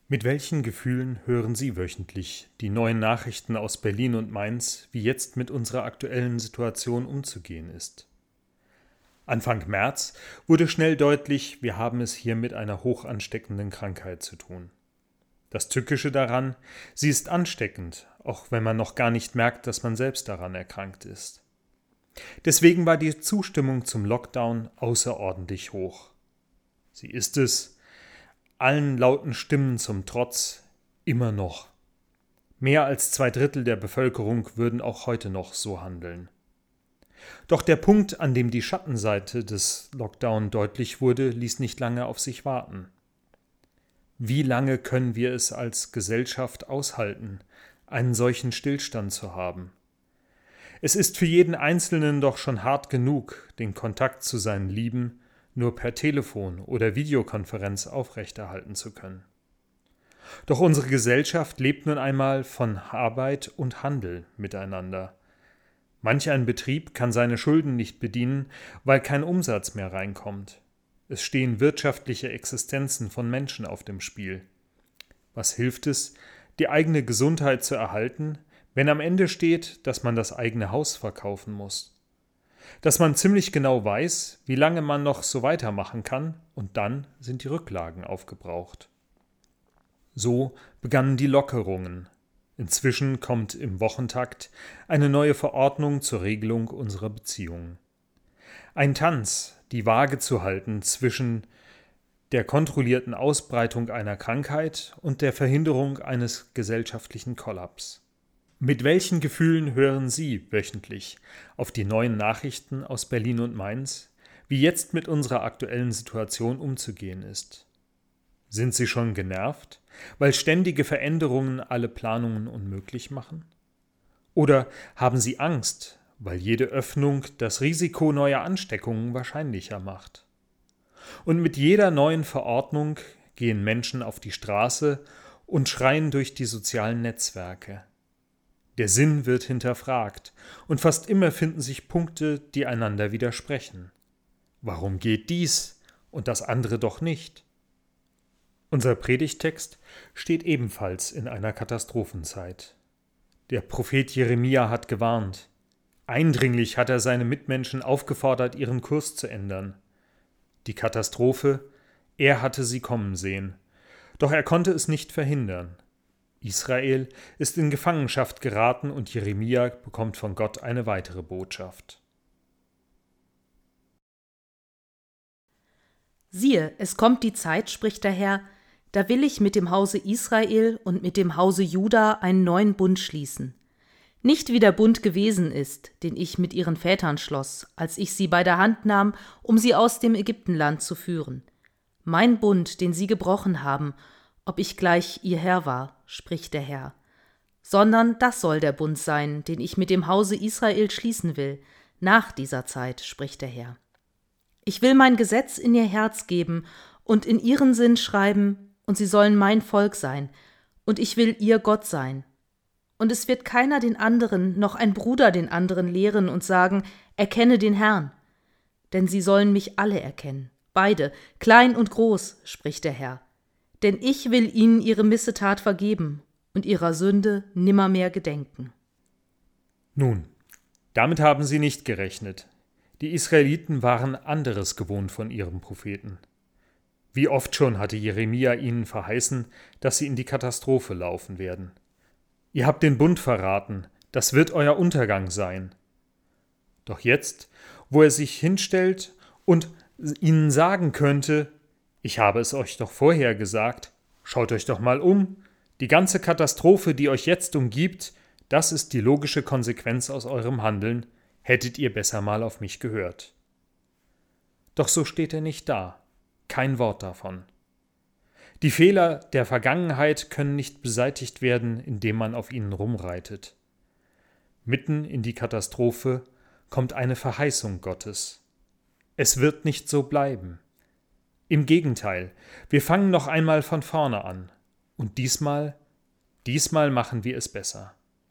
Mit welchen Gefühlen hören Sie wöchentlich die neuen Nachrichten aus Berlin und Mainz, wie jetzt mit unserer aktuellen Situation umzugehen ist? Anfang März wurde schnell deutlich, wir haben es hier mit einer hoch ansteckenden Krankheit zu tun. Das Tückische daran, sie ist ansteckend, auch wenn man noch gar nicht merkt, dass man selbst daran erkrankt ist. Deswegen war die Zustimmung zum Lockdown außerordentlich hoch. Sie ist es, allen lauten Stimmen zum Trotz, immer noch. Mehr als 2/3 der Bevölkerung würden auch heute noch so handeln. Doch der Punkt, an dem die Schattenseite des Lockdown deutlich wurde, ließ nicht lange auf sich warten. Wie lange können wir es als Gesellschaft aushalten, einen solchen Stillstand zu haben? Es ist für jeden Einzelnen doch schon hart genug, den Kontakt zu seinen Lieben nur per Telefon oder Videokonferenz aufrechterhalten zu können. Doch unsere Gesellschaft lebt nun einmal von Arbeit und Handel miteinander. Manch ein Betrieb kann seine Schulden nicht bedienen, weil kein Umsatz mehr reinkommt. Es stehen wirtschaftliche Existenzen von Menschen auf dem Spiel. Was hilft es, die eigene Gesundheit zu erhalten, wenn am Ende steht, dass man das eigene Haus verkaufen muss? Dass man ziemlich genau weiß, wie lange man noch so weitermachen kann, und dann sind die Rücklagen aufgebraucht. So begannen die Lockerungen. Inzwischen kommt im Wochentakt eine neue Verordnung zur Regelung unserer Beziehungen. Ein Tanz, die Waage zu halten zwischen der kontrollierten Ausbreitung einer Krankheit und der Verhinderung eines gesellschaftlichen Kollaps. Mit welchen Gefühlen hören Sie wöchentlich auf die neuen Nachrichten aus Berlin und Mainz, wie jetzt mit unserer aktuellen Situation umzugehen ist? Sind Sie schon genervt, weil ständige Veränderungen alle Planungen unmöglich machen? Oder haben Sie Angst, weil jede Öffnung das Risiko neuer Ansteckungen wahrscheinlicher macht? Und mit jeder neuen Verordnung gehen Menschen auf die Straße und schreien durch die sozialen Netzwerke. Der Sinn wird hinterfragt, und fast immer finden sich Punkte, die einander widersprechen. Warum geht dies und das andere doch nicht? Unser Predigttext steht ebenfalls in einer Katastrophenzeit. Der Prophet Jeremia hat gewarnt. Eindringlich hat er seine Mitmenschen aufgefordert, ihren Kurs zu ändern. Die Katastrophe, er hatte sie kommen sehen. Doch er konnte es nicht verhindern. Israel ist in Gefangenschaft geraten und Jeremia bekommt von Gott eine weitere Botschaft. Siehe, es kommt die Zeit, spricht der Herr, da will ich mit dem Hause Israel und mit dem Hause Juda einen neuen Bund schließen. Nicht wie der Bund gewesen ist, den ich mit ihren Vätern schloss, als ich sie bei der Hand nahm, um sie aus dem Ägyptenland zu führen. Mein Bund, den sie gebrochen haben, ob ich gleich ihr Herr war, spricht der Herr. Sondern das soll der Bund sein, den ich mit dem Hause Israel schließen will, nach dieser Zeit, spricht der Herr. Ich will mein Gesetz in ihr Herz geben und in ihren Sinn schreiben, und sie sollen mein Volk sein, und ich will ihr Gott sein. Und es wird keiner den anderen, noch ein Bruder den anderen lehren und sagen, erkenne den Herrn. Denn sie sollen mich alle erkennen, beide, klein und groß, spricht der Herr. Denn ich will ihnen ihre Missetat vergeben und ihrer Sünde nimmermehr gedenken. Nun, damit haben sie nicht gerechnet. Die Israeliten waren anderes gewohnt von ihrem Propheten. Wie oft schon hatte Jeremia ihnen verheißen, dass sie in die Katastrophe laufen werden. Ihr habt den Bund verraten, das wird euer Untergang sein. Doch jetzt, wo er sich hinstellt und ihnen sagen könnte, ich habe es euch doch vorher gesagt, schaut euch doch mal um, die ganze Katastrophe, die euch jetzt umgibt, das ist die logische Konsequenz aus eurem Handeln, hättet ihr besser mal auf mich gehört. Doch so steht er nicht da, kein Wort davon. Die Fehler der Vergangenheit können nicht beseitigt werden, indem man auf ihnen rumreitet. Mitten in die Katastrophe kommt eine Verheißung Gottes. Es wird nicht so bleiben. Im Gegenteil, wir fangen noch einmal von vorne an. Und diesmal machen wir es besser.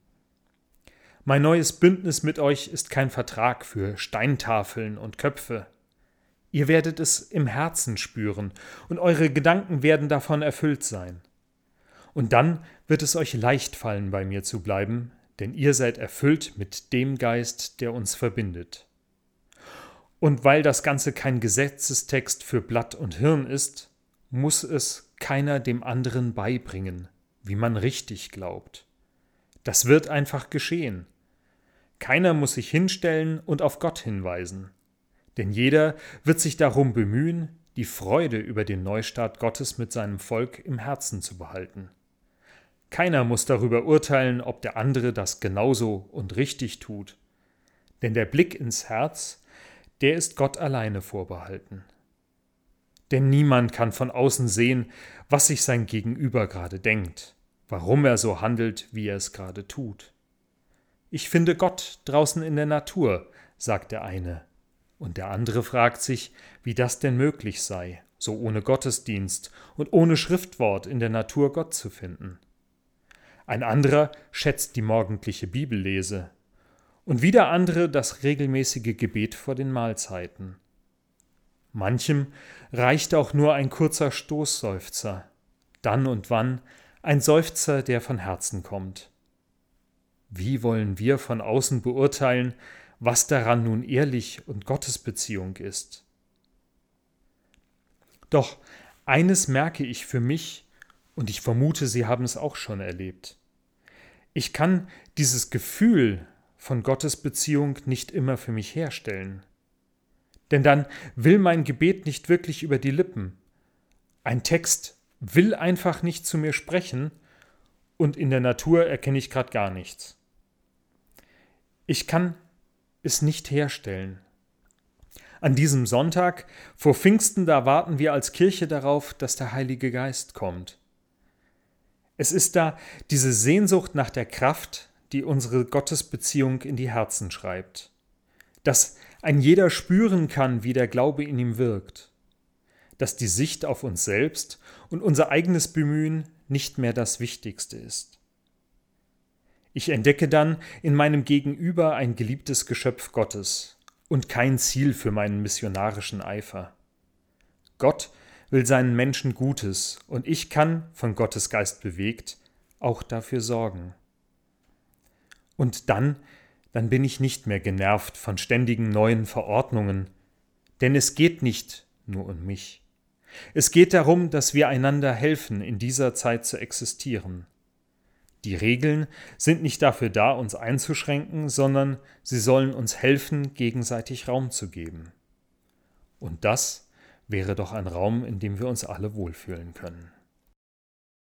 Mein neues Bündnis mit euch ist kein Vertrag für Steintafeln und Köpfe. Ihr werdet es im Herzen spüren und eure Gedanken werden davon erfüllt sein. Und dann wird es euch leicht fallen, bei mir zu bleiben, denn ihr seid erfüllt mit dem Geist, der uns verbindet. Und weil das Ganze kein Gesetzestext für Blatt und Hirn ist, muss es keiner dem anderen beibringen, wie man richtig glaubt. Das wird einfach geschehen. Keiner muss sich hinstellen und auf Gott hinweisen, denn jeder wird sich darum bemühen, die Freude über den Neustart Gottes mit seinem Volk im Herzen zu behalten. Keiner muss darüber urteilen, ob der andere das genauso und richtig tut, denn der Blick ins Herz, der ist Gott alleine vorbehalten. Denn niemand kann von außen sehen, was sich sein Gegenüber gerade denkt, warum er so handelt, wie er es gerade tut. Ich finde Gott draußen in der Natur, sagt der eine, und der andere fragt sich, wie das denn möglich sei, so ohne Gottesdienst und ohne Schriftwort in der Natur Gott zu finden. Ein anderer schätzt die morgendliche Bibellese und wieder andere das regelmäßige Gebet vor den Mahlzeiten. Manchem reicht auch nur ein kurzer Stoßseufzer, dann und wann ein Seufzer, der von Herzen kommt. Wie wollen wir von außen beurteilen, was daran nun ehrlich und Gottesbeziehung ist? Doch eines merke ich für mich, und ich vermute, Sie haben es auch schon erlebt. Ich kann dieses Gefühl von Gottesbeziehung nicht immer für mich herstellen. Denn dann will mein Gebet nicht wirklich über die Lippen. Ein Text will einfach nicht zu mir sprechen und in der Natur erkenne ich gerade gar nichts. Ich kann es nicht herstellen. An diesem Sonntag vor Pfingsten, da warten wir als Kirche darauf, dass der Heilige Geist kommt. Es ist da diese Sehnsucht nach der Kraft, die unsere Gottesbeziehung in die Herzen schreibt. Dass ein jeder spüren kann, wie der Glaube in ihm wirkt. Dass die Sicht auf uns selbst und unser eigenes Bemühen nicht mehr das Wichtigste ist. Ich entdecke dann in meinem Gegenüber ein geliebtes Geschöpf Gottes und kein Ziel für meinen missionarischen Eifer. Gott will seinen Menschen Gutes und ich kann, von Gottes Geist bewegt, auch dafür sorgen. Und dann bin ich nicht mehr genervt von ständigen neuen Verordnungen, denn es geht nicht nur um mich. Es geht darum, dass wir einander helfen, in dieser Zeit zu existieren. Die Regeln sind nicht dafür da, uns einzuschränken, sondern sie sollen uns helfen, gegenseitig Raum zu geben. Und das wäre doch ein Raum, in dem wir uns alle wohlfühlen können.